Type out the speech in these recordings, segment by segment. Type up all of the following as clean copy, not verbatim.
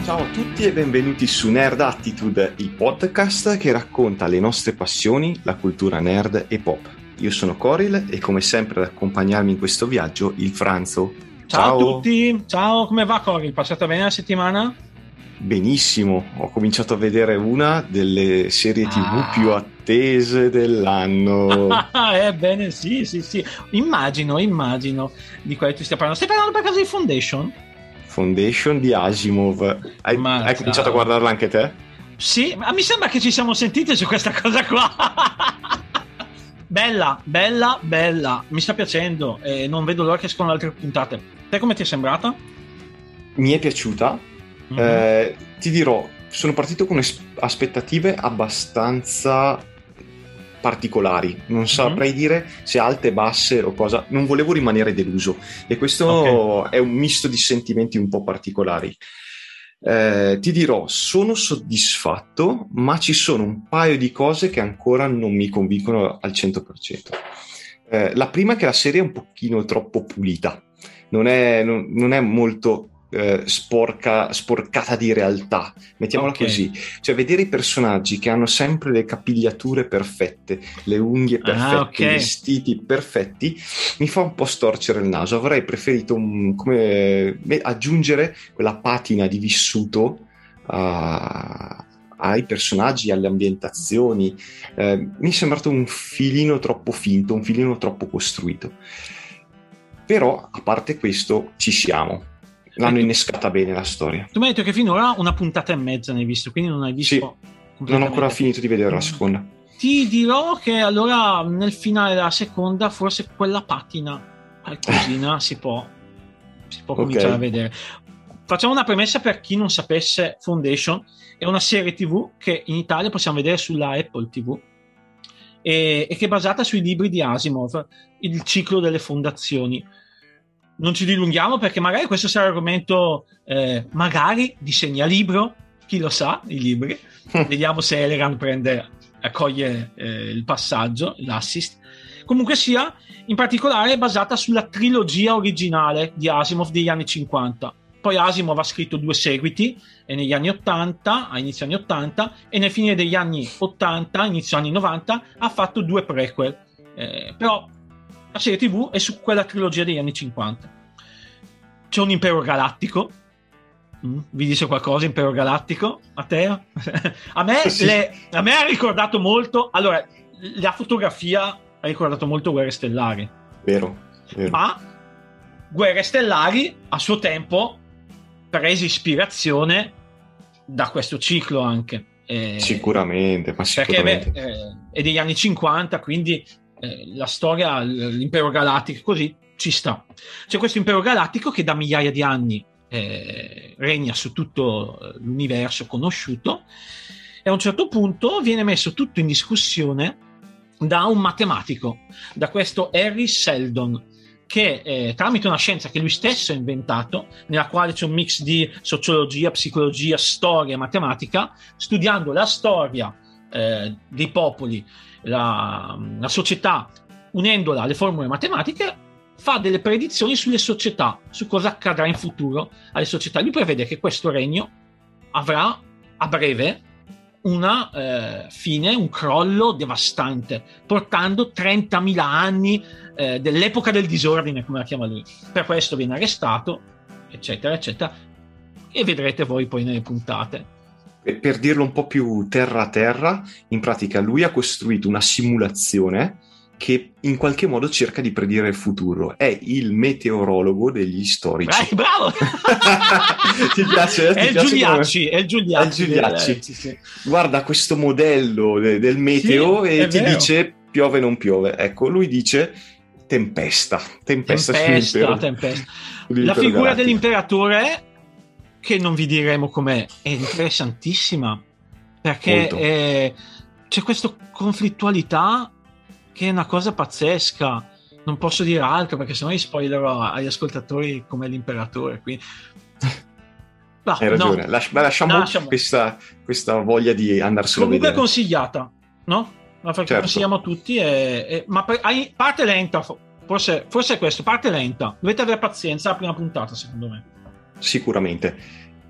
Ciao a tutti e benvenuti su Nerd Attitude, il podcast che racconta le nostre passioni, la cultura nerd e pop. Io sono Coril e come sempre ad accompagnarmi in questo viaggio il Franzo. Ciao a tutti, ciao, come va Coril? Passata bene la settimana? Benissimo, ho cominciato a vedere una delle serie TV più attese dell'anno. Ebbene sì, immagino di quale tu stia parlando. Stai parlando per caso di Foundation di Asimov. Hai cominciato a guardarla anche te? Sì, ma mi sembra che ci siamo sentiti su questa cosa qua. Bella, mi sta piacendo e non vedo l'ora che escono altre puntate. Te come ti è sembrata? Mi è piaciuta. Ti dirò, sono partito con aspettative abbastanza particolari, non saprei dire se alte, basse o cosa, non volevo rimanere deluso e questo è un misto di sentimenti un po' particolari. Ti dirò, sono soddisfatto, ma ci sono un paio di cose che ancora non mi convincono al 100%. La prima è che la serie è un pochino troppo pulita, non è molto sporcata di realtà, mettiamola così, cioè vedere i personaggi che hanno sempre le capigliature perfette, le unghie perfette, i vestiti perfetti, mi fa un po' storcere il naso. Avrei preferito aggiungere quella patina di vissuto ai personaggi, alle ambientazioni. Mi è sembrato un filino troppo finto, un filino troppo costruito, però a parte questo ci siamo. L'hanno innescata bene la storia. Tu mi hai detto che finora una puntata e mezza ne hai visto, quindi non hai visto. Sì, non ho ancora finito di vedere la seconda. Ti dirò che allora nel finale della seconda forse quella patina qualcosina si può cominciare a vedere. Facciamo una premessa per chi non sapesse. Foundation è una serie TV che in Italia possiamo vedere sulla Apple TV e che è basata sui libri di Asimov, il ciclo delle fondazioni. Non ci dilunghiamo perché magari questo sarà l'argomento magari di segnalibro, chi lo sa, i libri. Vediamo se Eleran accoglie il passaggio, l'assist. Comunque sia, in particolare è basata sulla trilogia originale di Asimov degli anni 50. Poi Asimov ha scritto 2 seguiti negli anni 80, a inizio anni 80, e nel finire degli anni 80, inizio anni 90, ha fatto 2 prequel. Però la serie TV è su quella trilogia degli anni 50. C'è un impero galattico. Vi dice qualcosa impero galattico? A te? A me sì. A me ha ricordato molto. Allora, la fotografia ha ricordato molto Guerre Stellari. Vero. Ma Guerre Stellari a suo tempo prese ispirazione da questo ciclo anche. Sicuramente. Perché è degli anni 50, quindi la storia, l'impero galattico, così ci sta. C'è questo impero galattico che da migliaia di anni regna su tutto l'universo conosciuto, e a un certo punto viene messo tutto in discussione da un matematico, da questo Harry Seldon, che tramite una scienza che lui stesso ha inventato, nella quale c'è un mix di sociologia, psicologia, storia e matematica, studiando la storia dei popoli, la società, unendola alle formule matematiche, fa delle predizioni sulle società, su cosa accadrà in futuro alle società. Lui prevede che questo regno avrà a breve una fine, un crollo devastante, portando 30.000 anni dell'epoca del disordine, come la chiama lui. Per questo viene arrestato, eccetera, eccetera, e vedrete voi poi nelle puntate. Per dirlo un po' più terra a terra, in pratica lui ha costruito una simulazione che in qualche modo cerca di predire il futuro. È il meteorologo degli storici. Bravo! Ti piace? È il Giuliacci. Sì. Guarda questo modello del meteo e ti dice piove o non piove. Ecco, lui dice tempesta. La figura dell'imperatore, che non vi diremo com'è, è interessantissima, perché c'è questa conflittualità che è una cosa pazzesca. Non posso dire altro perché sennò gli spoilerò agli ascoltatori com'è l'imperatore. Quindi hai ragione, lasciamo questa voglia di andarselo a vedere. Comunque è consigliata, no? La consigliamo a tutti, ma parte lenta, forse è questo, parte lenta, dovete avere pazienza la prima puntata, secondo me. Sicuramente.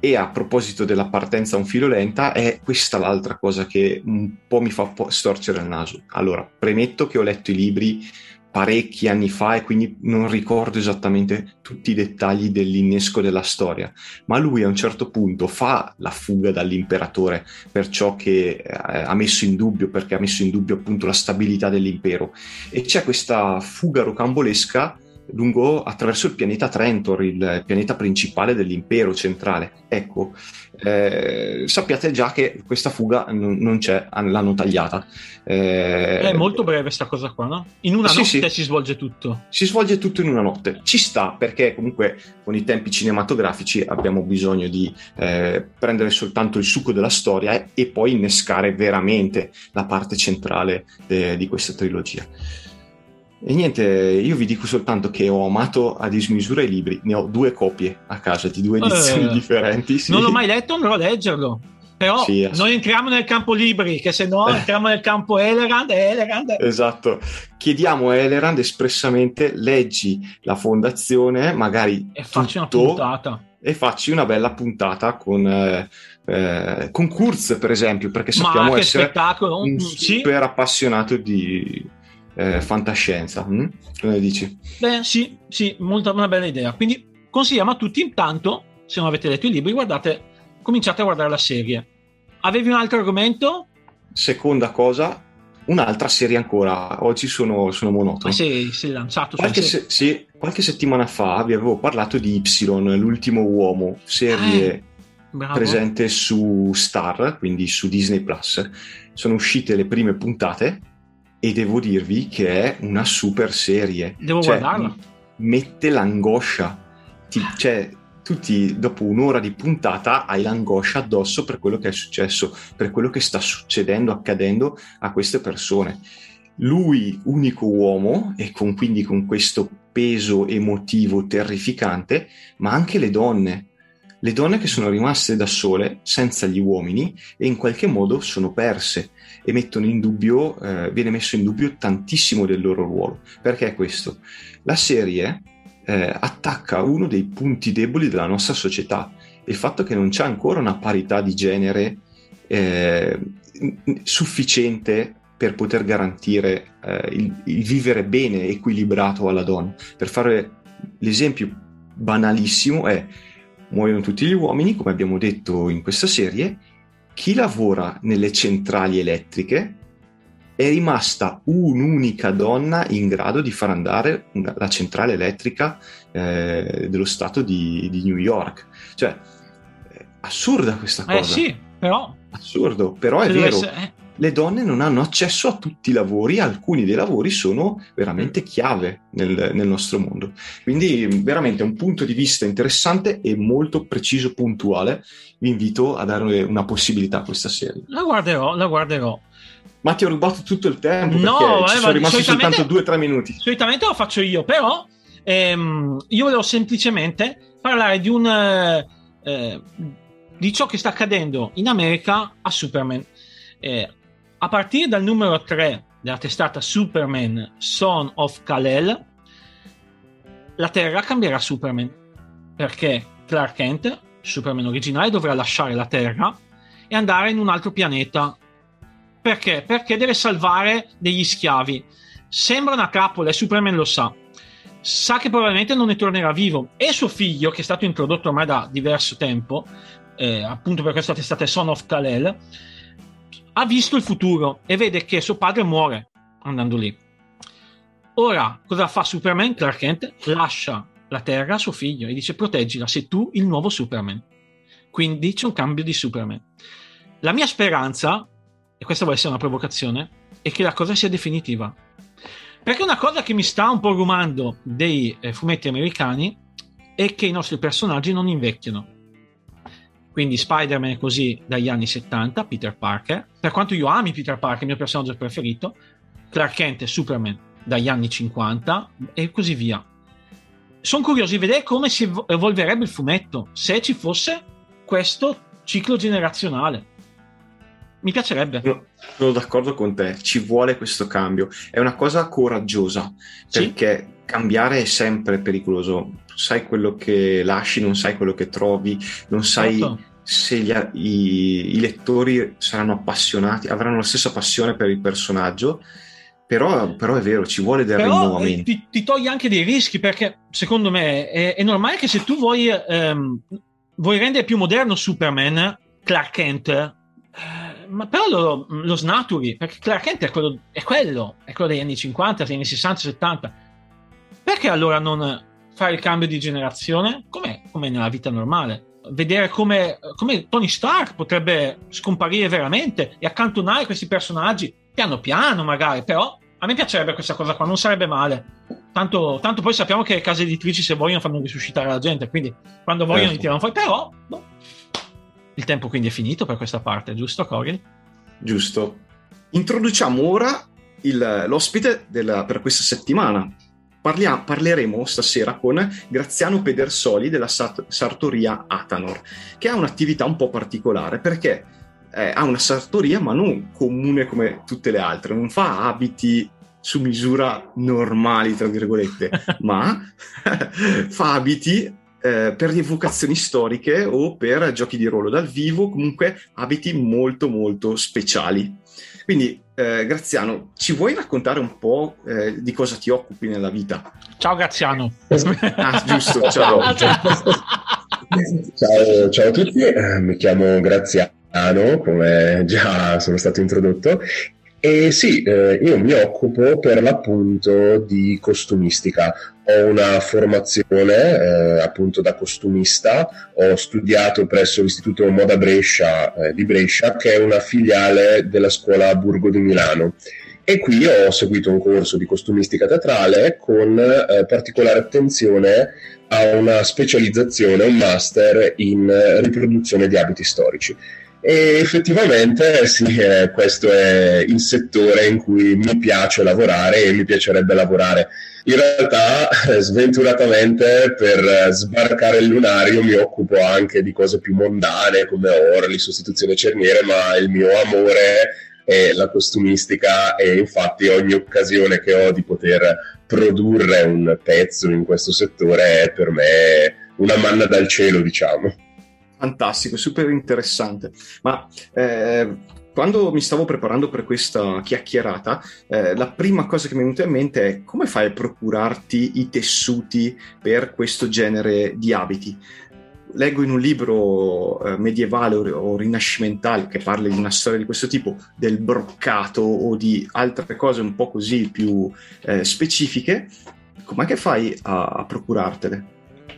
E a proposito della partenza a un filo lenta, è questa l'altra cosa che un po' mi fa storcere il naso. Allora, premetto che ho letto i libri parecchi anni fa e quindi non ricordo esattamente tutti i dettagli dell'innesco della storia, ma lui a un certo punto fa la fuga dall'imperatore per ciò che ha messo in dubbio, perché ha messo in dubbio appunto la stabilità dell'impero, e c'è questa fuga rocambolesca attraverso il pianeta Trentor, il pianeta principale dell'impero centrale. Ecco, sappiate già che questa fuga non c'è, l'hanno tagliata. È molto breve sta cosa qua, no? In una notte si svolge tutto. Si svolge tutto in una notte. Ci sta, perché comunque con i tempi cinematografici abbiamo bisogno di prendere soltanto il succo della storia e poi innescare veramente la parte centrale di questa trilogia. E niente, io vi dico soltanto che ho amato a dismisura i libri, ne ho 2 copie a casa di 2 edizioni differenti. Sì. Non l'ho mai letto, andrò a leggerlo. Però sì, non entriamo nel campo libri, che se no entriamo nel campo Elerand. Esatto, chiediamo a Elerand espressamente: leggi la fondazione, magari e facci una puntata. E facci una bella puntata con Kurz, per esempio, perché sappiamo essere spettacolo. Un super appassionato di fantascienza. Come dici? Beh, sì, una bella idea. Quindi consigliamo a tutti, intanto, se non avete letto i libri, cominciate a guardare la serie. Avevi un altro argomento? Seconda cosa, un'altra serie ancora. Oggi sono monotono. Sei lanciato qualche settimana fa vi avevo parlato di Y, l'ultimo uomo, serie presente su Star, quindi su Disney Plus. Sono uscite le prime puntate e devo dirvi che è una super serie. Devo guardarla. Mette l'angoscia. Tutti dopo un'ora di puntata hai l'angoscia addosso per quello che è successo, per quello che sta accadendo a queste persone. Lui, unico uomo, e quindi con questo peso emotivo terrificante, ma anche le donne che sono rimaste da sole, senza gli uomini, e in qualche modo sono perse e viene messo in dubbio tantissimo del loro ruolo. Perché è questo? La serie attacca uno dei punti deboli della nostra società, il fatto che non c'è ancora una parità di genere sufficiente per poter garantire il vivere bene, equilibrato alla donna. Per fare l'esempio banalissimo muoiono tutti gli uomini, come abbiamo detto in questa serie. Chi lavora nelle centrali elettriche è rimasta un'unica donna in grado di far andare la centrale elettrica dello stato di New York. Cioè, è assurda questa cosa. Sì, però... Assurdo, però è vero. Le donne non hanno accesso a tutti i lavori, alcuni dei lavori sono veramente chiave nel nostro mondo. Quindi veramente un punto di vista interessante e molto preciso, puntuale. Vi invito a dare una possibilità a questa serie. La guarderò. Ma ti ho rubato tutto il tempo, perché ci sono rimasti soltanto 2-3 minuti. Solitamente lo faccio io, però io volevo semplicemente parlare di ciò che sta accadendo in America a Superman. A partire dal numero 3 della testata Superman Son of Kal-El, la Terra cambierà Superman, perché Clark Kent, Superman originale, dovrà lasciare la Terra e andare in un altro pianeta. Perché? Perché deve salvare degli schiavi. Sembra una trappola e Superman lo sa che probabilmente non ne tornerà vivo, e suo figlio, che è stato introdotto ormai da diverso tempo, appunto per questa testata Son of Kal-El, ha visto il futuro e vede che suo padre muore andando lì. Ora, cosa fa Superman? Clark Kent lascia la Terra a suo figlio e dice: proteggila, sei tu il nuovo Superman. Quindi c'è un cambio di Superman. La mia speranza, e questa vuole essere una provocazione, è che la cosa sia definitiva. Perché una cosa che mi sta un po' rumando dei fumetti americani è che i nostri personaggi non invecchiano. Quindi Spider-Man è così dagli anni 70, Peter Parker, per quanto io ami Peter Parker, il mio personaggio preferito, Clark Kent e Superman dagli anni 50 e così via. Sono curioso di vedere come si evolverebbe il fumetto se ci fosse questo ciclo generazionale. Mi piacerebbe. Sono d'accordo con te, ci vuole questo cambio. È una cosa coraggiosa, perché sì, cambiare è sempre pericoloso. Sai quello che lasci, non sai quello che trovi, non sai se i lettori saranno appassionati, avranno la stessa passione per il personaggio. Però è vero, ci vuole del rinnovamento. Ti togli anche dei rischi, perché secondo me è normale che se tu vuoi rendere più moderno Superman, Clark Kent, ma però lo snaturi, perché Clark Kent è quello degli anni 50, degli anni 60, 70. Perché allora non fare il cambio di generazione come nella vita normale? Vedere come Tony Stark potrebbe scomparire veramente e accantonare questi personaggi piano piano magari, però a me piacerebbe questa cosa qua, non sarebbe male. Tanto poi sappiamo che le case editrici, se vogliono, fanno risuscitare la gente, quindi quando vogliono li tirano fuori, però il tempo quindi è finito per questa parte, giusto Cory? Giusto. Introduciamo ora l'ospite per questa settimana. Parleremo stasera con Graziano Pedersoli della sartoria Atanor, che ha un'attività un po' particolare, perché ha una sartoria ma non comune come tutte le altre, non fa abiti su misura normali, tra virgolette, ma fa abiti per rievocazioni storiche o per giochi di ruolo dal vivo, comunque abiti molto molto speciali. Quindi Graziano, ci vuoi raccontare un po' di cosa ti occupi nella vita? Ciao Graziano. Giusto, ciao. Ciao a tutti, mi chiamo Graziano, come già sono stato introdotto. E sì, io mi occupo per l'appunto di costumistica. Ho una formazione appunto da costumista, ho studiato presso l'Istituto Moda Brescia di Brescia, che è una filiale della scuola Burgo di Milano. E qui ho seguito un corso di costumistica teatrale con particolare attenzione a una specializzazione, un master in riproduzione di abiti storici. E effettivamente sì, questo è il settore in cui mi piace lavorare e mi piacerebbe lavorare. In realtà, sventuratamente, per sbarcare il lunario mi occupo anche di cose più mondane come orli, sostituzione cerniere, ma il mio amore è la costumistica e infatti ogni occasione che ho di poter produrre un pezzo in questo settore è per me una manna dal cielo, diciamo. Fantastico, super interessante. Ma quando mi stavo preparando per questa chiacchierata, la prima cosa che mi è venuta in mente è: come fai a procurarti i tessuti per questo genere di abiti? Leggo in un libro medievale o rinascimentale che parla di una storia di questo tipo, del broccato o di altre cose un po' così più specifiche. Com'è che fai a procurartele?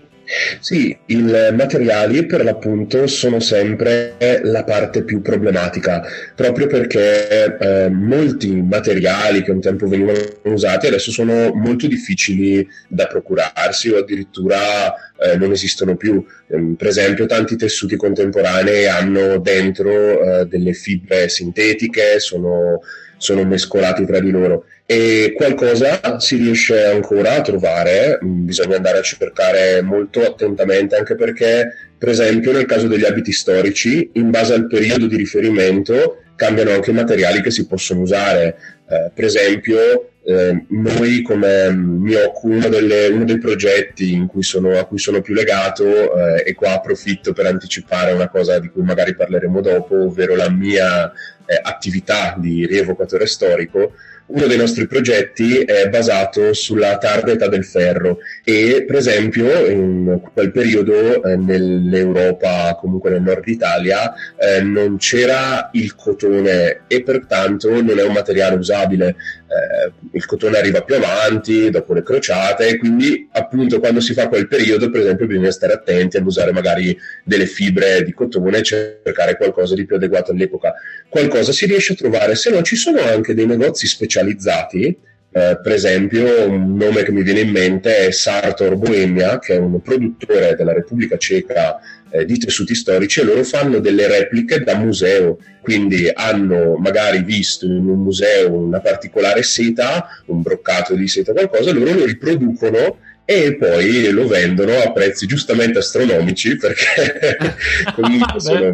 Sì, i materiali per l'appunto sono sempre la parte più problematica, proprio perché molti materiali che un tempo venivano usati adesso sono molto difficili da procurarsi o addirittura non esistono più. Per esempio, tanti tessuti contemporanei hanno dentro delle fibre sintetiche, sono mescolati tra di loro. E qualcosa si riesce ancora a trovare, bisogna andare a cercare molto attentamente, anche perché, per esempio, nel caso degli abiti storici, in base al periodo di riferimento, cambiano anche i materiali che si possono usare. Per esempio, noi come uno dei progetti a cui sono più legato, e qua approfitto per anticipare una cosa di cui magari parleremo dopo, ovvero la mia attività di rievocatore storico. Uno dei nostri progetti è basato sulla tarda età del ferro e, per esempio, in quel periodo nell'Europa, comunque nel nord Italia, non c'era il cotone e pertanto non è un materiale usabile. Il cotone arriva più avanti, dopo le crociate, e quindi appunto quando si fa quel periodo, per esempio, bisogna stare attenti ad usare magari delle fibre di cotone e cercare qualcosa di più adeguato all'epoca. Qualcosa si riesce a trovare, se no ci sono anche dei negozi specializzati. Per esempio, un nome che mi viene in mente è Sartor Bohemia, che è un produttore della Repubblica Ceca di tessuti storici, e loro fanno delle repliche da museo, quindi hanno magari visto in un museo una particolare seta, un broccato di seta, qualcosa, loro lo riproducono e poi lo vendono a prezzi giustamente astronomici, perché comunque sono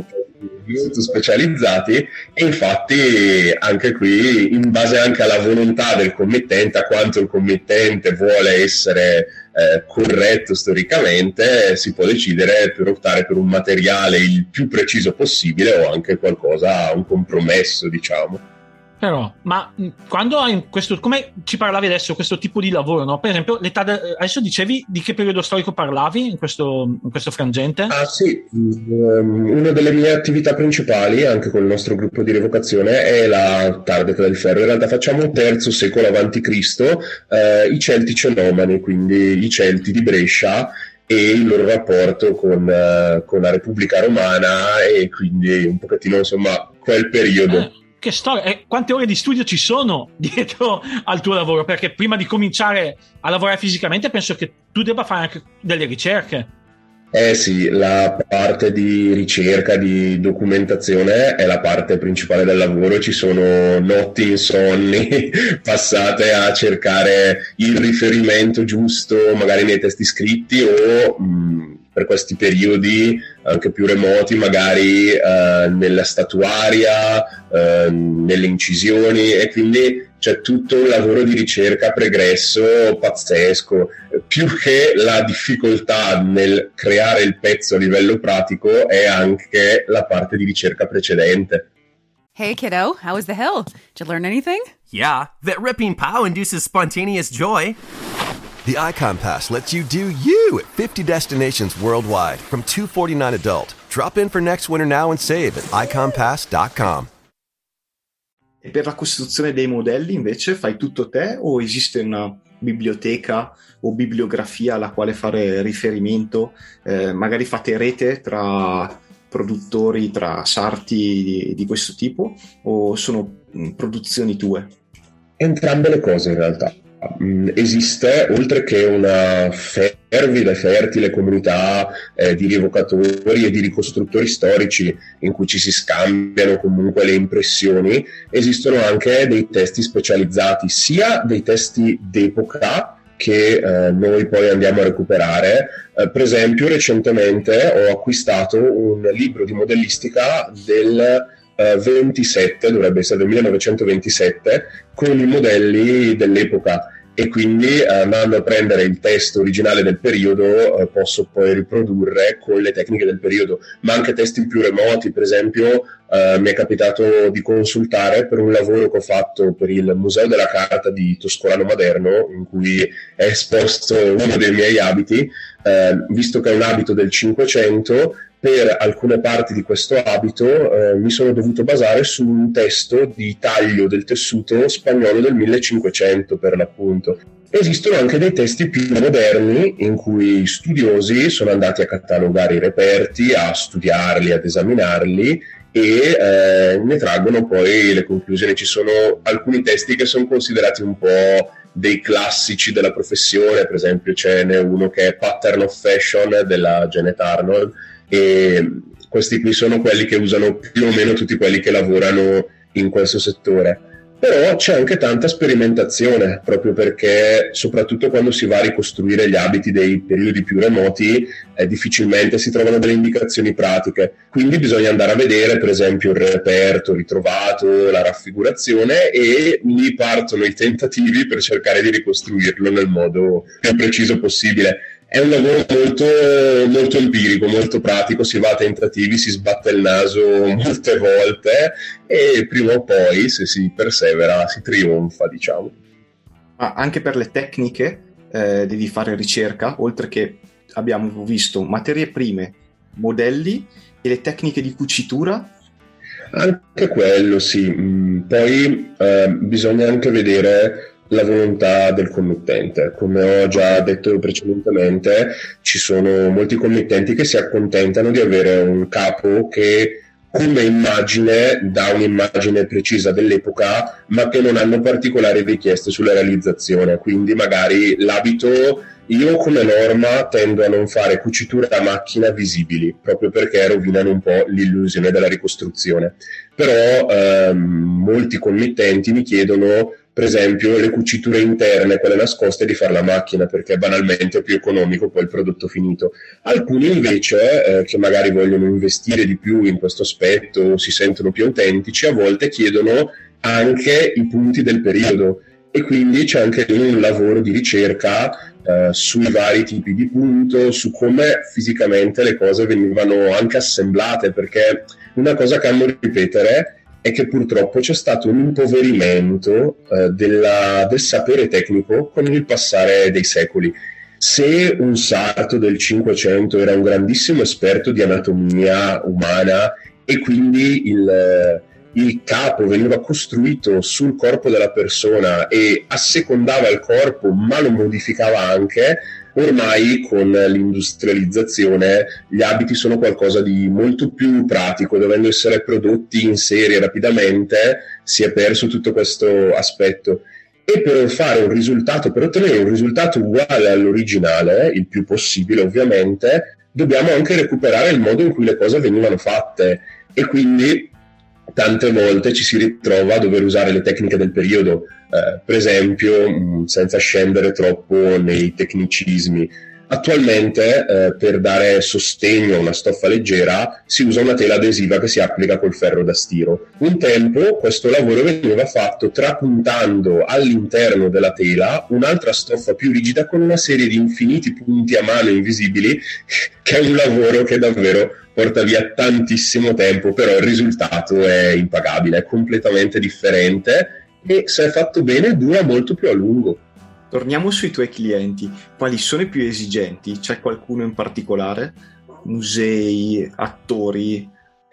molto specializzati, e infatti anche qui, in base anche alla volontà del committente, a quanto il committente vuole essere corretto storicamente, si può decidere per optare per un materiale il più preciso possibile o anche qualcosa, un compromesso, diciamo. Però, ma quando hai questo, come ci parlavi adesso, questo tipo di lavoro, no? Per esempio, adesso dicevi di che periodo storico parlavi in questo frangente? Ah sì, una delle mie attività principali, anche con il nostro gruppo di rievocazione, è la tarda età del ferro. In realtà facciamo III secolo a.C., i Celti cenomani, quindi i Celti di Brescia, e il loro rapporto con la Repubblica Romana, e quindi un pochettino, insomma, quel periodo. Che storia, quante ore di studio ci sono dietro al tuo lavoro? Perché prima di cominciare a lavorare fisicamente penso che tu debba fare anche delle ricerche. Sì, la parte di ricerca, di documentazione è la parte principale del lavoro. Ci sono notti insonni passate a cercare il riferimento giusto, magari nei testi scritti, o per questi periodi anche più remoti, magari nella statuaria, nelle incisioni, e quindi c'è tutto un lavoro di ricerca pregresso pazzesco. Più che la difficoltà nel creare il pezzo a livello pratico è anche la parte di ricerca precedente. Hey kiddo, how was the hill? Did you learn anything? Yeah, that ripping pow induces spontaneous joy. The Icon Pass lets you do you at 50 destinations worldwide from $249 adult. Drop in for next winter now and save at iconpass.com. E per la costruzione dei modelli invece fai tutto te, o esiste una biblioteca o bibliografia alla quale fare riferimento? Magari fate rete tra produttori, tra sarti di questo tipo, o sono produzioni tue? Entrambe le cose in realtà. Esiste, oltre che una fervida e fertile comunità di rievocatori e di ricostruttori storici in cui ci si scambiano comunque le impressioni, esistono anche dei testi specializzati, sia dei testi d'epoca che noi poi andiamo a recuperare. Per esempio, recentemente ho acquistato un libro di modellistica del 27, dovrebbe essere del 1927, con i modelli dell'epoca, e quindi andando a prendere il testo originale del periodo posso poi riprodurre con le tecniche del periodo, ma anche testi più remoti. Per esempio mi è capitato di consultare per un lavoro che ho fatto per il Museo della Carta di Toscolano Maderno, in cui è esposto uno dei miei abiti, visto che è un abito del 500. Per alcune parti di questo abito mi sono dovuto basare su un testo di taglio del tessuto spagnolo del 1500, per l'appunto. Esistono anche dei testi più moderni in cui studiosi sono andati a catalogare i reperti, a studiarli, ad esaminarli, e ne traggono poi le conclusioni. Ci sono alcuni testi che sono considerati un po' dei classici della professione. Per esempio ce n'è uno che è Pattern of Fashion della Janet Arnold, e questi qui sono quelli che usano più o meno tutti quelli che lavorano in questo settore. Però c'è anche tanta sperimentazione, proprio perché soprattutto quando si va a ricostruire gli abiti dei periodi più remoti difficilmente si trovano delle indicazioni pratiche, quindi bisogna andare a vedere per esempio il reperto ritrovato, la raffigurazione, e lì partono i tentativi per cercare di ricostruirlo nel modo più preciso possibile. È un lavoro molto, molto empirico, molto pratico, si va a tentativi, si sbatte il naso molte volte, e prima o poi, se si persevera, si trionfa, diciamo. Ma anche per le tecniche devi fare ricerca, oltre che abbiamo visto materie prime, modelli e le tecniche di cucitura? Anche quello, sì. Poi bisogna anche vedere la volontà del committente. Come ho già detto precedentemente, ci sono molti committenti che si accontentano di avere un capo che come immagine dà un'immagine precisa dell'epoca, ma che non hanno particolari richieste sulla realizzazione. Quindi magari l'abito, io come norma tendo a non fare cuciture a macchina visibili, proprio perché rovinano un po' l'illusione della ricostruzione. Però molti committenti mi chiedono per esempio le cuciture interne, quelle nascoste, di fare la macchina, perché banalmente è più economico poi il prodotto finito. Alcuni invece che magari vogliono investire di più in questo aspetto, si sentono più autentici, a volte chiedono anche i punti del periodo, e quindi c'è anche un lavoro di ricerca sui vari tipi di punto, su come fisicamente le cose venivano anche assemblate, perché una cosa che amo ripetere è che purtroppo c'è stato un impoverimento del sapere tecnico con il passare dei secoli. Se un sarto del 500 era un grandissimo esperto di anatomia umana e quindi il capo veniva costruito sul corpo della persona e assecondava il corpo ma lo modificava anche, ormai con l'industrializzazione gli abiti sono qualcosa di molto più pratico, dovendo essere prodotti in serie rapidamente si è perso tutto questo aspetto. E per fare un risultato, per ottenere un risultato uguale all'originale, il più possibile ovviamente, dobbiamo anche recuperare il modo in cui le cose venivano fatte, e quindi tante volte ci si ritrova a dover usare le tecniche del periodo, per esempio, senza scendere troppo nei tecnicismi. Attualmente per dare sostegno a una stoffa leggera si usa una tela adesiva che si applica col ferro da stiro. Un tempo questo lavoro veniva fatto trapuntando all'interno della tela un'altra stoffa più rigida con una serie di infiniti punti a mano invisibili, che è un lavoro che davvero porta via tantissimo tempo, però il risultato è impagabile, è completamente differente e se è fatto bene dura molto più a lungo. Torniamo sui tuoi clienti, quali sono i più esigenti? C'è qualcuno in particolare? Musei, attori?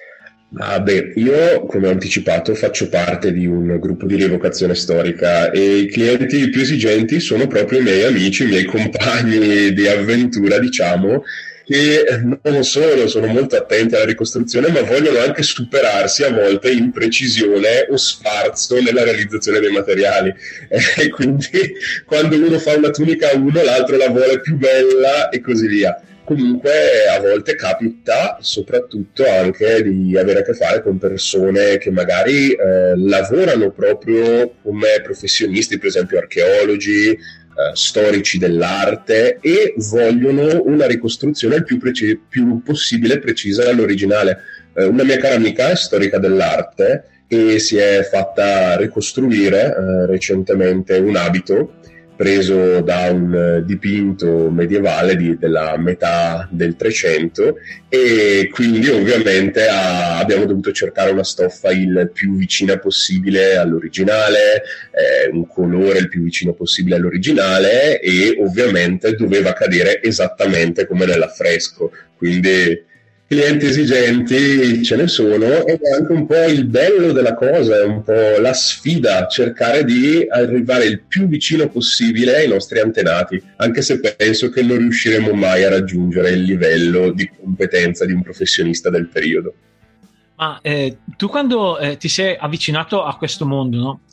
Io, come ho anticipato, faccio parte di un gruppo di rievocazione storica e i clienti più esigenti sono proprio i miei amici, i miei compagni di avventura, diciamo, che non solo sono molto attenti alla ricostruzione, ma vogliono anche superarsi a volte in precisione o sfarzo nella realizzazione dei materiali. E quindi quando uno fa una tunica a uno, l'altro la vuole più bella e così via. Comunque a volte capita soprattutto anche di avere a che fare con persone che magari lavorano proprio come professionisti, per esempio archeologi, storici dell'arte, e vogliono una ricostruzione il più possibile precisa dall'originale. Una mia cara amica è storica dell'arte e si è fatta ricostruire recentemente un abito preso da un dipinto medievale della metà del 300, e quindi ovviamente abbiamo dovuto cercare una stoffa il più vicina possibile all'originale, un colore il più vicino possibile all'originale, e ovviamente doveva cadere esattamente come nell'affresco. Quindi clienti esigenti ce ne sono, ed è anche un po' il bello della cosa, è un po' la sfida, cercare di arrivare il più vicino possibile ai nostri antenati, anche se penso che non riusciremo mai a raggiungere il livello di competenza di un professionista del periodo. Ma tu quando ti sei avvicinato a questo mondo, no?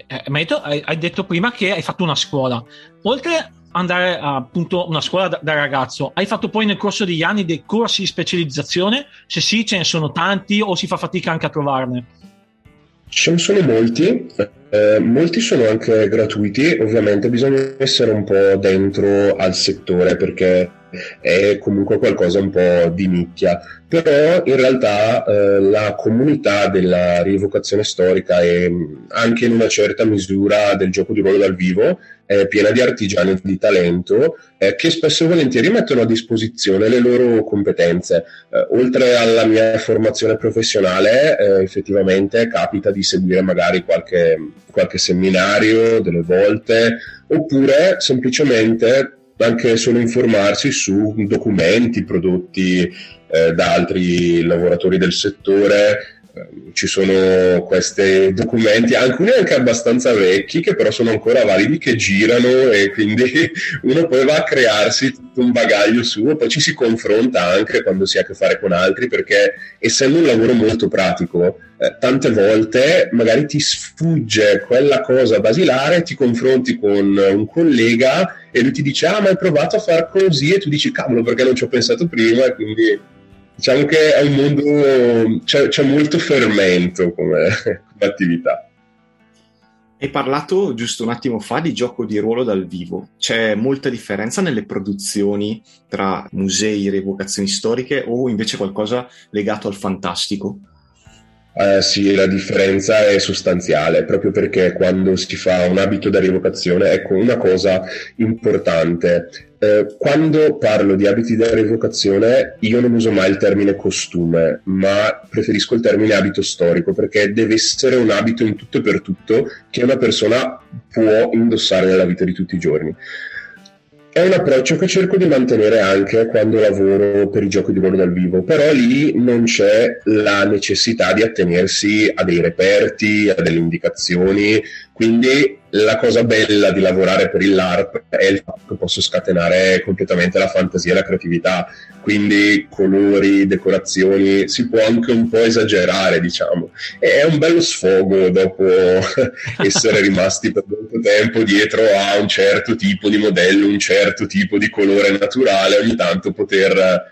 Hai detto prima che hai fatto una scuola. Oltre andare a appunto una scuola da ragazzo, hai fatto poi nel corso degli anni dei corsi di specializzazione? Se sì, ce ne sono tanti o si fa fatica anche a trovarne? Ce ne sono molti, molti sono anche gratuiti, ovviamente bisogna essere un po' dentro al settore perché è comunque qualcosa un po' di nicchia, però in realtà la comunità della rievocazione storica e anche in una certa misura del gioco di ruolo dal vivo è piena di artigiani e di talento che spesso e volentieri mettono a disposizione le loro competenze. Oltre alla mia formazione professionale, effettivamente capita di seguire magari qualche seminario delle volte, oppure semplicemente anche solo informarsi su documenti prodotti da altri lavoratori del settore. Ci sono questi documenti, alcuni anche abbastanza vecchi, che però sono ancora validi, che girano, e quindi uno poi va a crearsi tutto un bagaglio suo, poi ci si confronta anche quando si ha a che fare con altri, perché essendo un lavoro molto pratico, tante volte magari ti sfugge quella cosa basilare, ti confronti con un collega e lui ti dice ma hai provato a far così, e tu dici cavolo, perché non ci ho pensato prima, e quindi diciamo che è un mondo, c'è molto fermento come attività. Hai parlato giusto un attimo fa di gioco di ruolo dal vivo. C'è molta differenza nelle produzioni tra musei, rievocazioni storiche o invece qualcosa legato al fantastico? Sì, la differenza è sostanziale, proprio perché quando si fa un abito da rievocazione, ecco, una cosa importante, quando parlo di abiti da rievocazione io non uso mai il termine costume, ma preferisco il termine abito storico, perché deve essere un abito in tutto e per tutto che una persona può indossare nella vita di tutti i giorni. È un approccio che cerco di mantenere anche quando lavoro per i giochi di ruolo dal vivo, però lì non c'è la necessità di attenersi a dei reperti, a delle indicazioni, quindi la cosa bella di lavorare per il LARP è il fatto che posso scatenare completamente la fantasia e la creatività, quindi colori, decorazioni, si può anche un po' esagerare, diciamo. E è un bello sfogo dopo essere rimasti per molto tempo dietro a un certo tipo di modello, un certo tipo di colore naturale, ogni tanto poter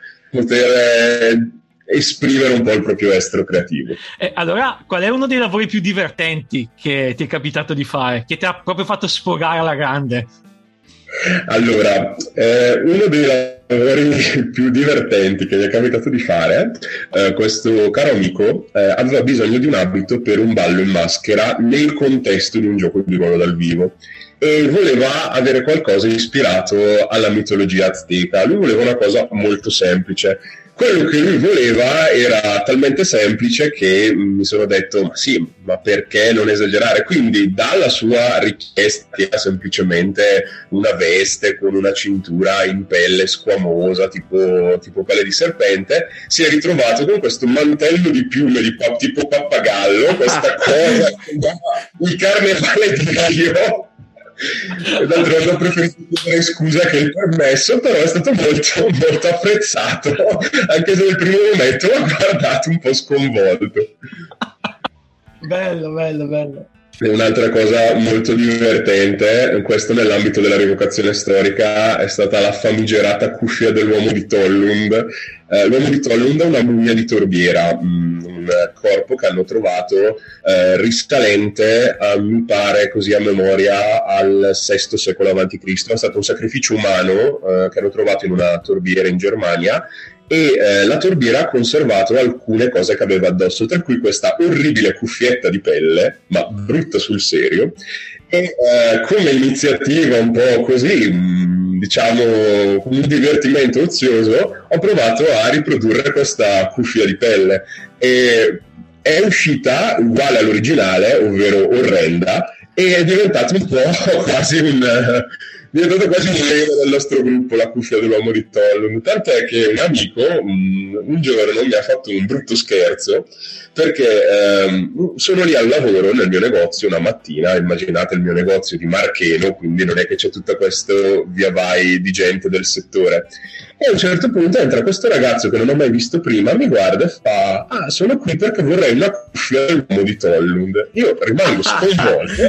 esprimere un po' il proprio estro creativo. Allora, qual è uno dei lavori più divertenti che ti è capitato di fare, che ti ha proprio fatto sfogare alla grande? Allora, uno dei lavori più divertenti che mi è capitato di fare, questo caro amico aveva bisogno di un abito per un ballo in maschera nel contesto di un gioco di ruolo dal vivo e voleva avere qualcosa ispirato alla mitologia azteca. Lui voleva una cosa molto semplice. Quello che lui voleva era talmente semplice che mi sono detto, ma sì, ma perché non esagerare? Quindi dalla sua richiesta, che era semplicemente una veste con una cintura in pelle squamosa, tipo pelle di serpente, si è ritrovato con questo mantello di piume tipo pappagallo, questa cosa il carnevale di Rio. E d'altronde ho preferito chiedere scusa che il permesso, però è stato molto, molto apprezzato, anche se nel primo momento l'ho guardato un po' sconvolto. Bello. E un'altra cosa molto divertente, questo nell'ambito della rievocazione storica, è stata la famigerata cuffia dell'uomo di Tollund. L'uomo di Tollund è una mummia di Torbiera, un corpo che hanno trovato risalente, mi pare così a memoria, al VI secolo a.C. È stato un sacrificio umano che hanno trovato in una torbiera in Germania, e la torbiera ha conservato alcune cose che aveva addosso, tra cui questa orribile cuffietta di pelle, ma brutta sul serio, e come iniziativa un po' così, diciamo un divertimento ozioso, ho provato a riprodurre questa cuffia di pelle e è uscita uguale all'originale, ovvero orrenda, e è diventato un po' quasi un lema del nostro gruppo, la cuffia dell'uomo di Tollund, tant'è che un amico un giorno mi ha fatto un brutto scherzo, perché sono lì al lavoro nel mio negozio una mattina, immaginate il mio negozio di Marcheno, quindi non è che c'è tutto questo via vai di gente del settore, e a un certo punto entra questo ragazzo che non ho mai visto prima, mi guarda e fa: ah, sono qui perché vorrei una cuffia dell'uomo di Tollund. Io rimango sconvolto,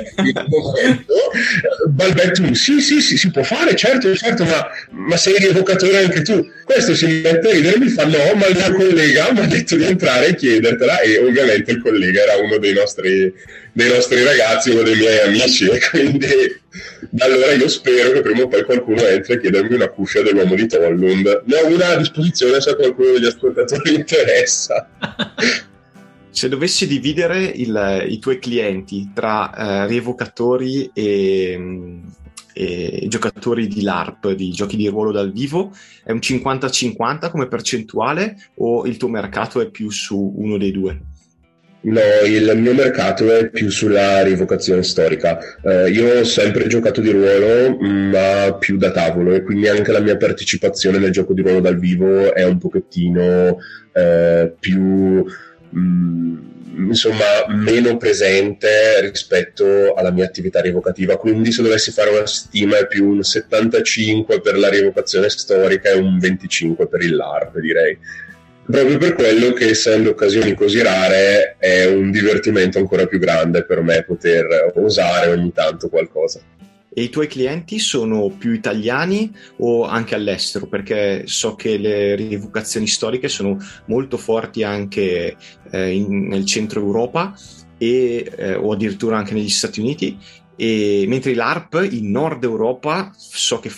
balbetto: sì, si può fare, certo, ma sei rievocatore anche tu. Questo si mette a ridere e mi fa: no, ma il mio collega mi ha detto di entrare e chiedertela, e ovviamente il collega era uno dei nostri ragazzi, uno dei miei amici, e quindi da allora io spero che prima o poi qualcuno entri a chiedermi una cuffia dell'uomo di Tollund. Ne ho una a disposizione se a qualcuno degli ascoltatori interessa. Se dovessi dividere i tuoi clienti tra rievocatori e giocatori di LARP, di giochi di ruolo dal vivo, è un 50-50 come percentuale, o il tuo mercato è più su uno dei due? No, il mio mercato è più sulla rievocazione storica. Io ho sempre giocato di ruolo, ma più da tavolo, e quindi anche la mia partecipazione nel gioco di ruolo dal vivo è un pochettino più insomma meno presente rispetto alla mia attività rievocativa. Quindi se dovessi fare una stima è più un 75 per la rievocazione storica e un 25 per il LARP, direi, proprio per quello che, essendo occasioni così rare, è un divertimento ancora più grande per me poter osare ogni tanto qualcosa. E i tuoi clienti sono più italiani o anche all'estero? Perché so che le rievocazioni storiche sono molto forti anche nel centro Europa, o addirittura anche negli Stati Uniti, e mentre i LARP in Nord Europa so che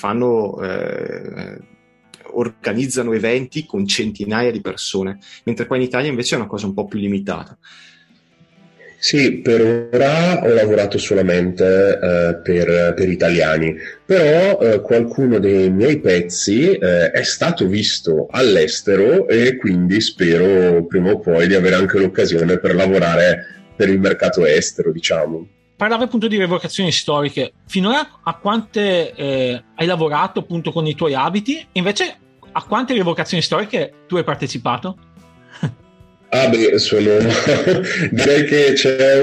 organizzano eventi con centinaia di persone, mentre qua in Italia invece è una cosa un po' più limitata. Sì, per ora ho lavorato solamente per italiani, però qualcuno dei miei pezzi è stato visto all'estero e quindi spero prima o poi di avere anche l'occasione per lavorare per il mercato estero, diciamo. Parlavi appunto di rievocazioni storiche. Finora a quante hai lavorato appunto con i tuoi abiti? Invece a quante rievocazioni storiche tu hai partecipato? Direi che c'è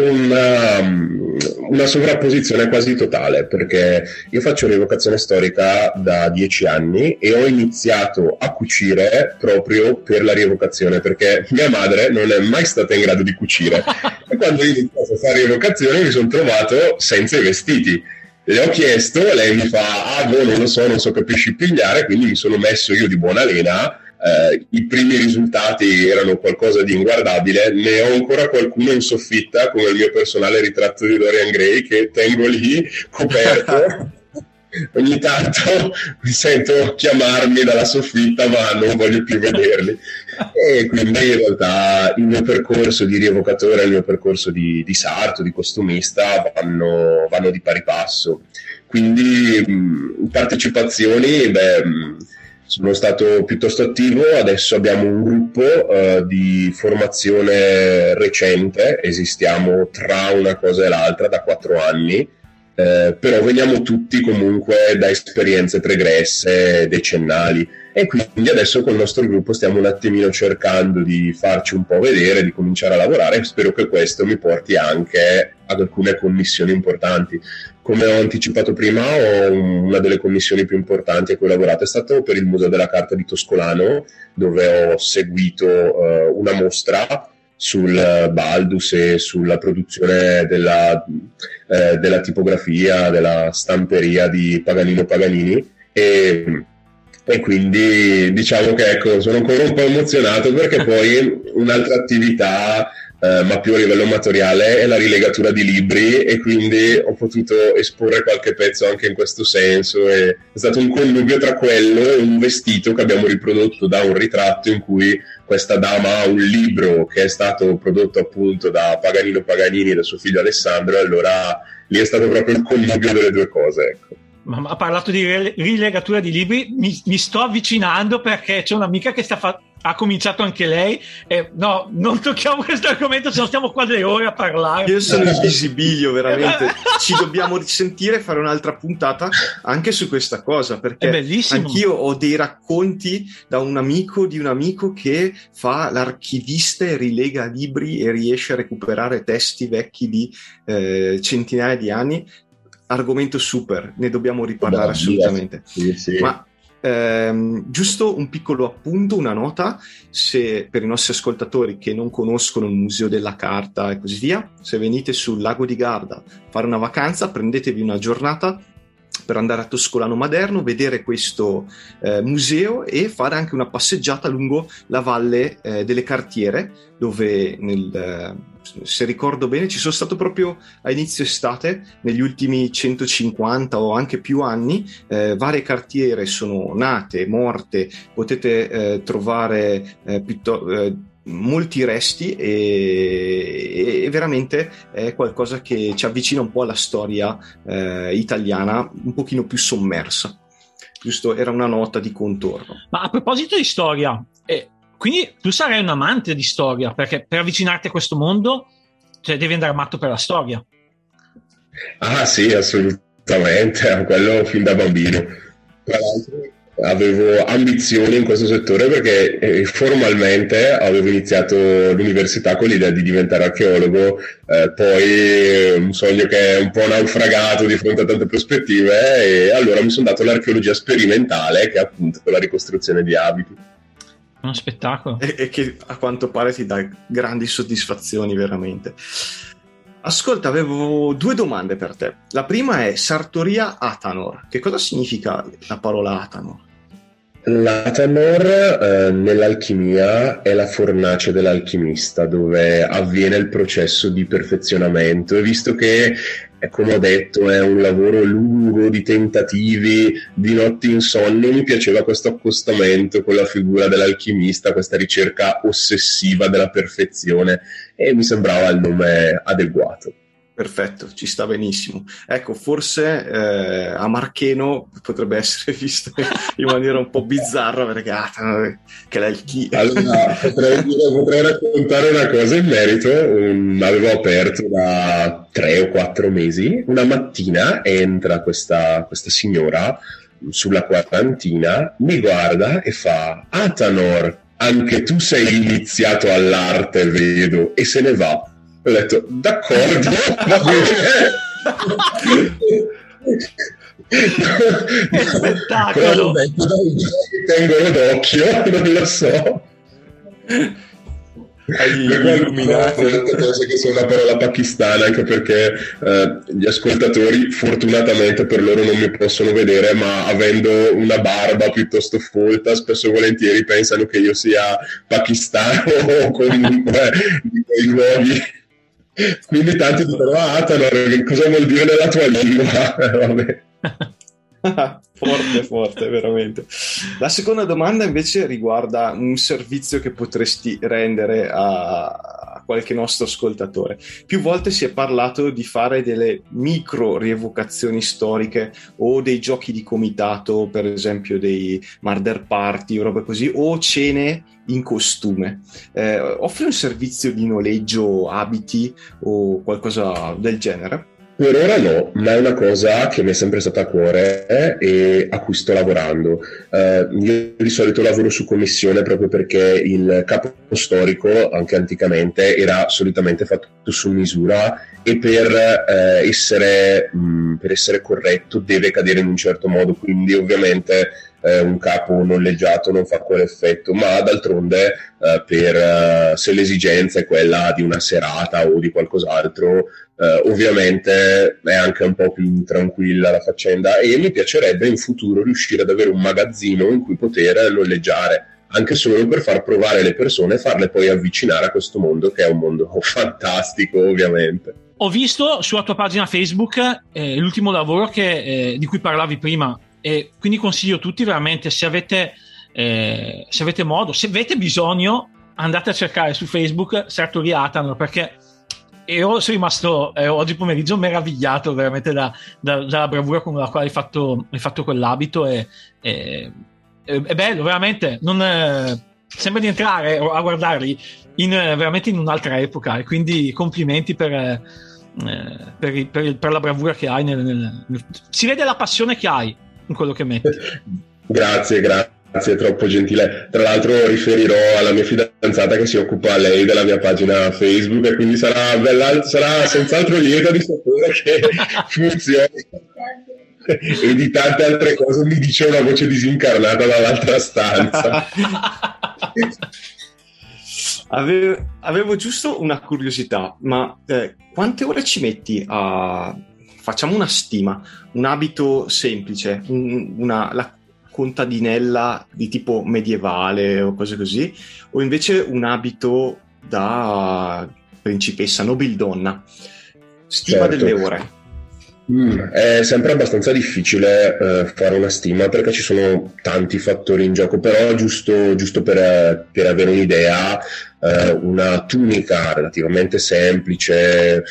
una sovrapposizione quasi totale, perché io faccio rievocazione storica da 10 anni e ho iniziato a cucire proprio per la rievocazione, perché mia madre non è mai stata in grado di cucire e quando ho iniziato a fare rievocazione mi sono trovato senza i vestiti. Le ho chiesto, lei mi fa non lo so capisci pigliare, quindi mi sono messo io di buona lena. I primi risultati erano qualcosa di inguardabile, ne ho ancora qualcuno in soffitta come il mio personale ritratto di Dorian Gray che tengo lì coperto. Ogni tanto mi sento chiamarmi dalla soffitta ma non voglio più vederli, e quindi in realtà il mio percorso di rievocatore e il mio percorso di sarto, di costumista vanno di pari passo. Quindi partecipazioni, sono stato piuttosto attivo. Adesso abbiamo un gruppo di formazione recente, esistiamo tra una cosa e l'altra da 4 anni, però veniamo tutti comunque da esperienze pregresse, decennali, e quindi adesso col nostro gruppo stiamo un attimino cercando di farci un po' vedere, di cominciare a lavorare, e spero che questo mi porti anche ad alcune commissioni importanti. Come ho anticipato prima, una delle commissioni più importanti a cui ho lavorato è stato per il Museo della Carta di Toscolano, dove ho seguito una mostra sul Baldus e sulla produzione della tipografia, della stamperia di Paganino Paganini, e quindi diciamo che sono ancora un po' emozionato, perché poi un'altra attività ma più a livello amatoriale è la rilegatura di libri, e quindi ho potuto esporre qualche pezzo anche in questo senso, e è stato un connubio tra quello e un vestito che abbiamo riprodotto da un ritratto in cui questa dama ha un libro che è stato prodotto appunto da Paganino Paganini e da suo figlio Alessandro, e allora lì è stato proprio il connubio delle due cose, ecco. Ma ha parlato di rilegatura di libri, mi sto avvicinando perché c'è un'amica che ha cominciato anche lei, e no, non tocchiamo questo argomento, se no stiamo qua 2 ore a parlare. Io sono il visibilio, veramente. Ci dobbiamo risentire e fare un'altra puntata anche su questa cosa, perché anch'io ho dei racconti da un amico di un amico che fa l'archivista e rilega libri e riesce a recuperare testi vecchi di centinaia di anni. Argomento super, ne dobbiamo riparlare assolutamente. Sì. Ma giusto un piccolo appunto, una nota, se per i nostri ascoltatori che non conoscono il Museo della Carta e così via, se venite sul lago di Garda a fare una vacanza, prendetevi una giornata per andare a Toscolano Maderno, vedere questo museo e fare anche una passeggiata lungo la valle delle Cartiere, dove se ricordo bene ci sono stato proprio a inizio estate, negli ultimi 150 o anche più anni, varie cartiere sono nate, morte, potete trovare molti resti, e veramente è qualcosa che ci avvicina un po' alla storia italiana, un pochino più sommersa. Giusto, era una nota di contorno. Ma a proposito di storia, quindi tu sarai un amante di storia, perché per avvicinarti a questo mondo devi andare matto per la storia. Ah sì, assolutamente, quello fin da bambino. Tra l'altro avevo ambizioni in questo settore, perché formalmente avevo iniziato l'università con l'idea di diventare archeologo, poi un sogno che è un po' naufragato di fronte a tante prospettive, e allora mi sono dato l'archeologia sperimentale, che è appunto la ricostruzione di abiti. Uno spettacolo. E che a quanto pare ti dà grandi soddisfazioni, veramente. Ascolta, avevo 2 domande per te. La prima è Sartoria Atanor. Che cosa significa la parola Atanor? L'Atanor nell'alchimia è la fornace dell'alchimista, dove avviene il processo di perfezionamento, e visto che, come ho detto, è un lavoro lungo di tentativi, di notti insonni, mi piaceva questo accostamento con la figura dell'alchimista, questa ricerca ossessiva della perfezione, e mi sembrava il nome adeguato. Perfetto, ci sta benissimo. Ecco, forse a Marcheno potrebbe essere visto in maniera un po' bizzarra, perché che l'alchimia. Allora, potrei raccontare una cosa in merito. Avevo aperto da 3 o 4 mesi. Una mattina entra questa signora sulla quarantina, mi guarda e fa: Atanor, anche tu sei iniziato all'arte, vedo, e se ne va. Ho detto, d'accordo, va bene. Spettacolo! Tengono d'occhio, non lo so. Hai illuminato cose che sono una parola pakistana, anche perché gli ascoltatori fortunatamente per loro non mi possono vedere, ma avendo una barba piuttosto folta spesso e volentieri pensano che io sia pakistano o comunque di quei luoghi. Quindi tanti dicono: Atanor, cosa vuol dire nella tua lingua? Vabbè. Forte, veramente. La seconda domanda invece riguarda un servizio che potresti rendere a qualche nostro ascoltatore. Più volte si è parlato di fare delle micro rievocazioni storiche o dei giochi di comitato, per esempio dei murder party o robe così, o cene in costume. Offri un servizio di noleggio abiti o qualcosa del genere? Per ora no, ma è una cosa che mi è sempre stata a cuore e a cui sto lavorando. Io di solito lavoro su commissione proprio perché il capo storico, anche anticamente, era solitamente fatto su misura, e per essere corretto deve cadere in un certo modo, quindi ovviamente un capo noleggiato non fa quell'effetto, ma d'altronde se l'esigenza è quella di una serata o di qualcos'altro, ovviamente è anche un po' più tranquilla la faccenda, e mi piacerebbe in futuro riuscire ad avere un magazzino in cui poter noleggiare, anche solo per far provare le persone e farle poi avvicinare a questo mondo, che è un mondo fantastico, ovviamente. Ho visto sulla tua pagina Facebook l'ultimo lavoro di cui parlavi prima, e quindi consiglio a tutti veramente, se avete modo, se avete bisogno, andate a cercare su Facebook Sartori Atanor, perché io sono rimasto oggi pomeriggio meravigliato veramente dalla bravura con la quale hai fatto quell'abito, e è bello veramente, sembra di entrare a guardarli veramente in un'altra epoca, e quindi complimenti per la bravura che hai si vede la passione che hai in quello che metti. Grazie, è troppo gentile. Tra l'altro riferirò alla mia fidanzata che si occupa lei della mia pagina Facebook, e quindi sarà senz'altro lieta di sapere che funziona. E di tante altre cose mi dice una voce disincarnata dall'altra stanza. Avevo giusto una curiosità, ma quante ore ci metti facciamo una stima, un abito semplice, la contadinella di tipo medievale o cose così, o invece un abito da principessa, nobildonna? Stima delle ore. È sempre abbastanza difficile fare una stima, perché ci sono tanti fattori in gioco, però giusto per avere un'idea, una tunica relativamente semplice,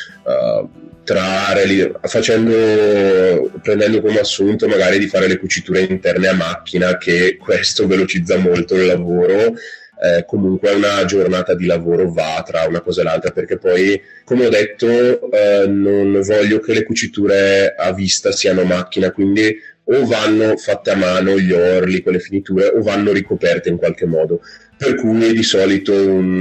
prendendo come assunto magari di fare le cuciture interne a macchina, che questo velocizza molto il lavoro. Comunque una giornata di lavoro va tra una cosa e l'altra, perché poi, come ho detto, non voglio che le cuciture a vista siano a macchina, quindi o vanno fatte a mano gli orli, quelle finiture, o vanno ricoperte in qualche modo, per cui di solito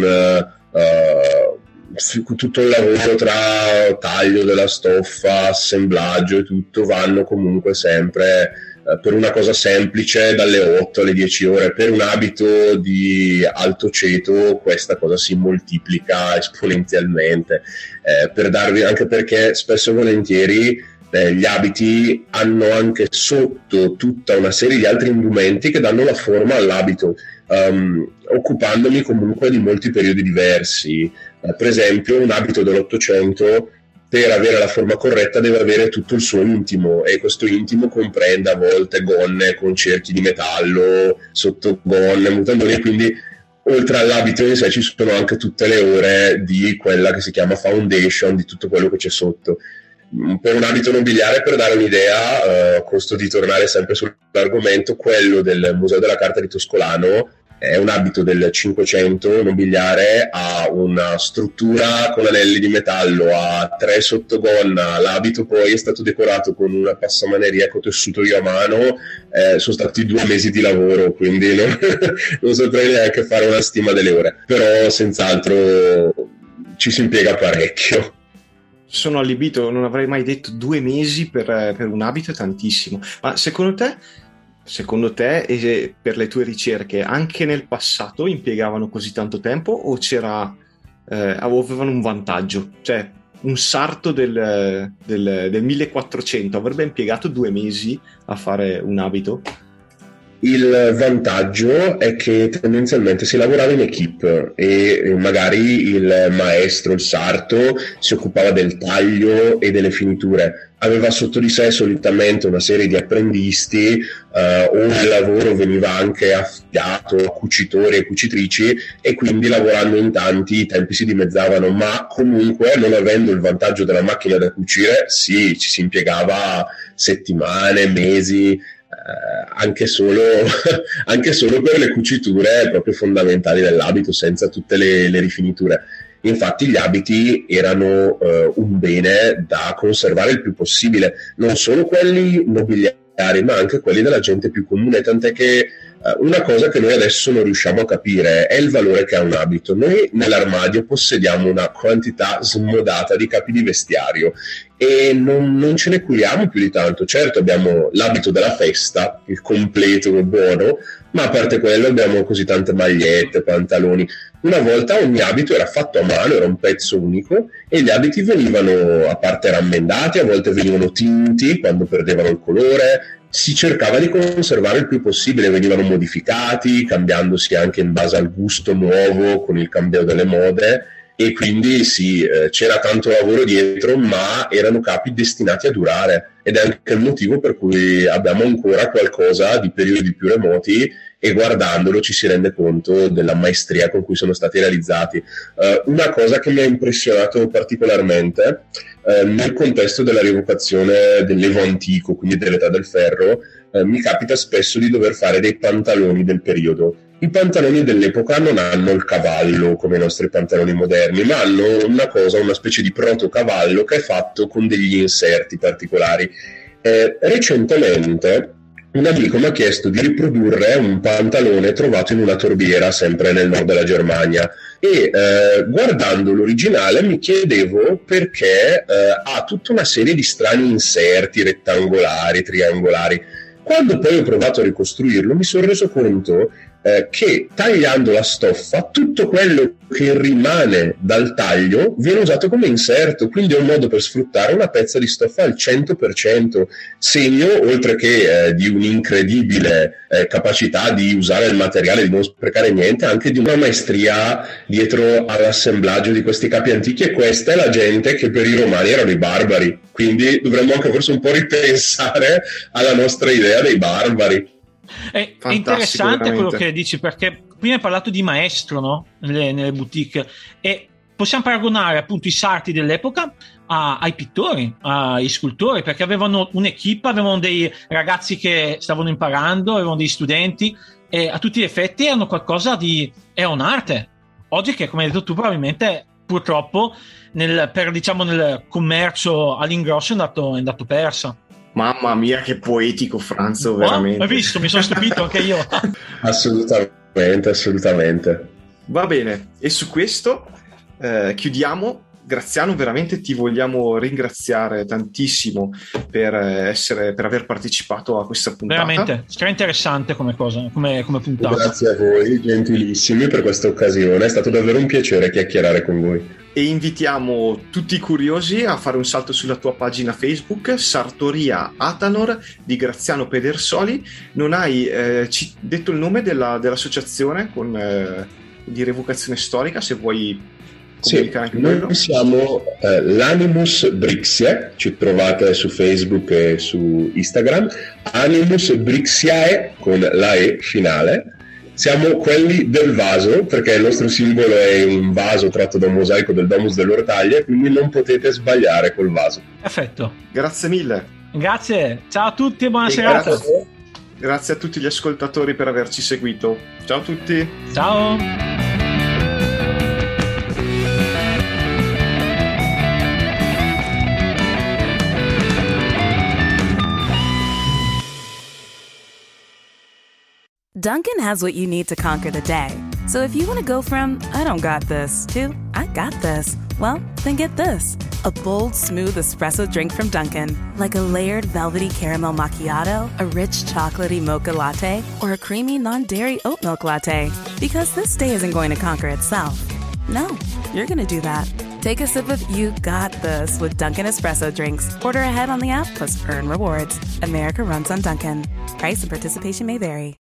tutto il lavoro tra taglio della stoffa, assemblaggio e tutto vanno comunque sempre, per una cosa semplice, dalle 8 alle 10 ore. Per un abito di alto ceto questa cosa si moltiplica esponenzialmente, per darvi, anche perché spesso e volentieri gli abiti hanno anche sotto tutta una serie di altri indumenti che danno la forma all'abito, occupandomi comunque di molti periodi diversi. Per esempio, un abito dell'Ottocento, per avere la forma corretta, deve avere tutto il suo intimo, e questo intimo comprende a volte gonne con cerchi di metallo, sottogonne, mutandoni, e quindi oltre all'abito in sé ci sono anche tutte le ore di quella che si chiama foundation, di tutto quello che c'è sotto. Per un abito nobiliare, per dare un'idea, costo di tornare sempre sull'argomento, quello del Museo della Carta di Toscolano è un abito del 500 nobiliare, ha una struttura con anelli di metallo, ha 3 sottogonna, l'abito poi è stato decorato con una passamaneria cotessuto io a mano, sono stati 2 mesi di lavoro, quindi non saprei neanche fare una stima delle ore, però senz'altro ci si impiega parecchio. Sono allibito, non avrei mai detto 2 mesi per un abito, è tantissimo. Ma secondo te e per le tue ricerche anche nel passato impiegavano così tanto tempo, o avevano un vantaggio? Cioè, un sarto del 1400 avrebbe impiegato 2 mesi a fare un abito? Il vantaggio è che tendenzialmente si lavorava in equipe e magari il maestro, il sarto, si occupava del taglio e delle finiture. Aveva sotto di sé solitamente una serie di apprendisti, o il lavoro veniva anche affidato a cucitori e cucitrici, e quindi lavorando in tanti i tempi si dimezzavano, ma comunque, non avendo il vantaggio della macchina da cucire, sì, ci si impiegava settimane, mesi, anche solo per le cuciture proprio fondamentali dell'abito, senza tutte le rifiniture. Infatti gli abiti erano un bene da conservare il più possibile, non solo quelli nobiliari ma anche quelli della gente più comune, tant'è che una cosa che noi adesso non riusciamo a capire è il valore che ha un abito. Noi nell'armadio possediamo una quantità smodata di capi di vestiario e non ce ne curiamo più di tanto. Certo, abbiamo l'abito della festa, il completo buono, ma a parte quello abbiamo così tante magliette, pantaloni. Una volta ogni abito era fatto a mano, era un pezzo unico, e gli abiti venivano, a parte rammendati, a volte venivano tinti quando perdevano il colore. Si cercava di conservare il più possibile, venivano modificati, cambiandosi anche in base al gusto nuovo con il cambio delle mode, e quindi sì, c'era tanto lavoro dietro, ma erano capi destinati a durare, ed è anche il motivo per cui abbiamo ancora qualcosa di periodi più remoti, e guardandolo ci si rende conto della maestria con cui sono stati realizzati. Una cosa che mi ha impressionato particolarmente nel contesto della rievocazione dell'Evo antico, quindi dell'età del ferro, mi capita spesso di dover fare dei pantaloni del periodo. I pantaloni dell'epoca non hanno il cavallo come i nostri pantaloni moderni, ma hanno una specie di protocavallo che è fatto con degli inserti particolari. Recentemente un amico mi ha chiesto di riprodurre un pantalone trovato in una torbiera sempre nel nord della Germania, e guardando l'originale mi chiedevo perché ha tutta una serie di strani inserti rettangolari, triangolari. Quando poi ho provato a ricostruirlo mi sono reso conto che tagliando la stoffa tutto quello che rimane dal taglio viene usato come inserto, quindi è un modo per sfruttare una pezza di stoffa al 100%, segno, oltre che di un'incredibile capacità di usare il materiale, di non sprecare niente, anche di una maestria dietro all'assemblaggio di questi capi antichi. E questa è la gente che per i romani erano i barbari, quindi dovremmo anche forse un po' ripensare alla nostra idea dei barbari. È interessante veramente quello che dici, perché prima hai parlato di maestro, no? Nelle boutique, e possiamo paragonare appunto i sarti dell'epoca ai pittori, ai scultori, perché avevano un'equipe, avevano dei ragazzi che stavano imparando, avevano dei studenti, e a tutti gli effetti erano qualcosa di... è un'arte. Oggi che, come hai detto tu, probabilmente purtroppo nel commercio all'ingrosso è andato persa. Mamma mia, che poetico, Franzo, veramente. Hai visto? Mi sono stupito anche io. Assolutamente. Va bene, e su questo chiudiamo. Graziano, veramente ti vogliamo ringraziare tantissimo per aver partecipato a questa puntata. Veramente, stra interessante come cosa, come puntata. Grazie a voi, gentilissimi, per questa occasione. È stato davvero un piacere chiacchierare con voi. e invitiamo tutti i curiosi a fare un salto sulla tua pagina Facebook, Sartoria Atanor di Graziano Pedersoli. Non hai detto il nome dell'associazione di rievocazione storica, se vuoi comunicare anche quello? Noi siamo l'Animus Brixie, ci trovate su Facebook e su Instagram, Animus Brixiae con la E finale. Siamo quelli del vaso, perché il nostro simbolo è un vaso tratto da un mosaico del Domus dell'Ortaglia, quindi non potete sbagliare col vaso. Perfetto. Grazie mille. Grazie, ciao a tutti e buona serata. Grazie a tutti gli ascoltatori per averci seguito. Ciao a tutti. Ciao. Dunkin' has what you need to conquer the day. So if you want to go from, I don't got this, to, I got this, well, then get this. A bold, smooth espresso drink from Dunkin'. Like a layered velvety caramel macchiato, a rich chocolatey mocha latte, or a creamy non-dairy oat milk latte. Because this day isn't going to conquer itself. No, you're going to do that. Take a sip of You Got This with Dunkin' Espresso drinks. Order ahead on the app plus earn rewards. America runs on Dunkin'. Price and participation may vary.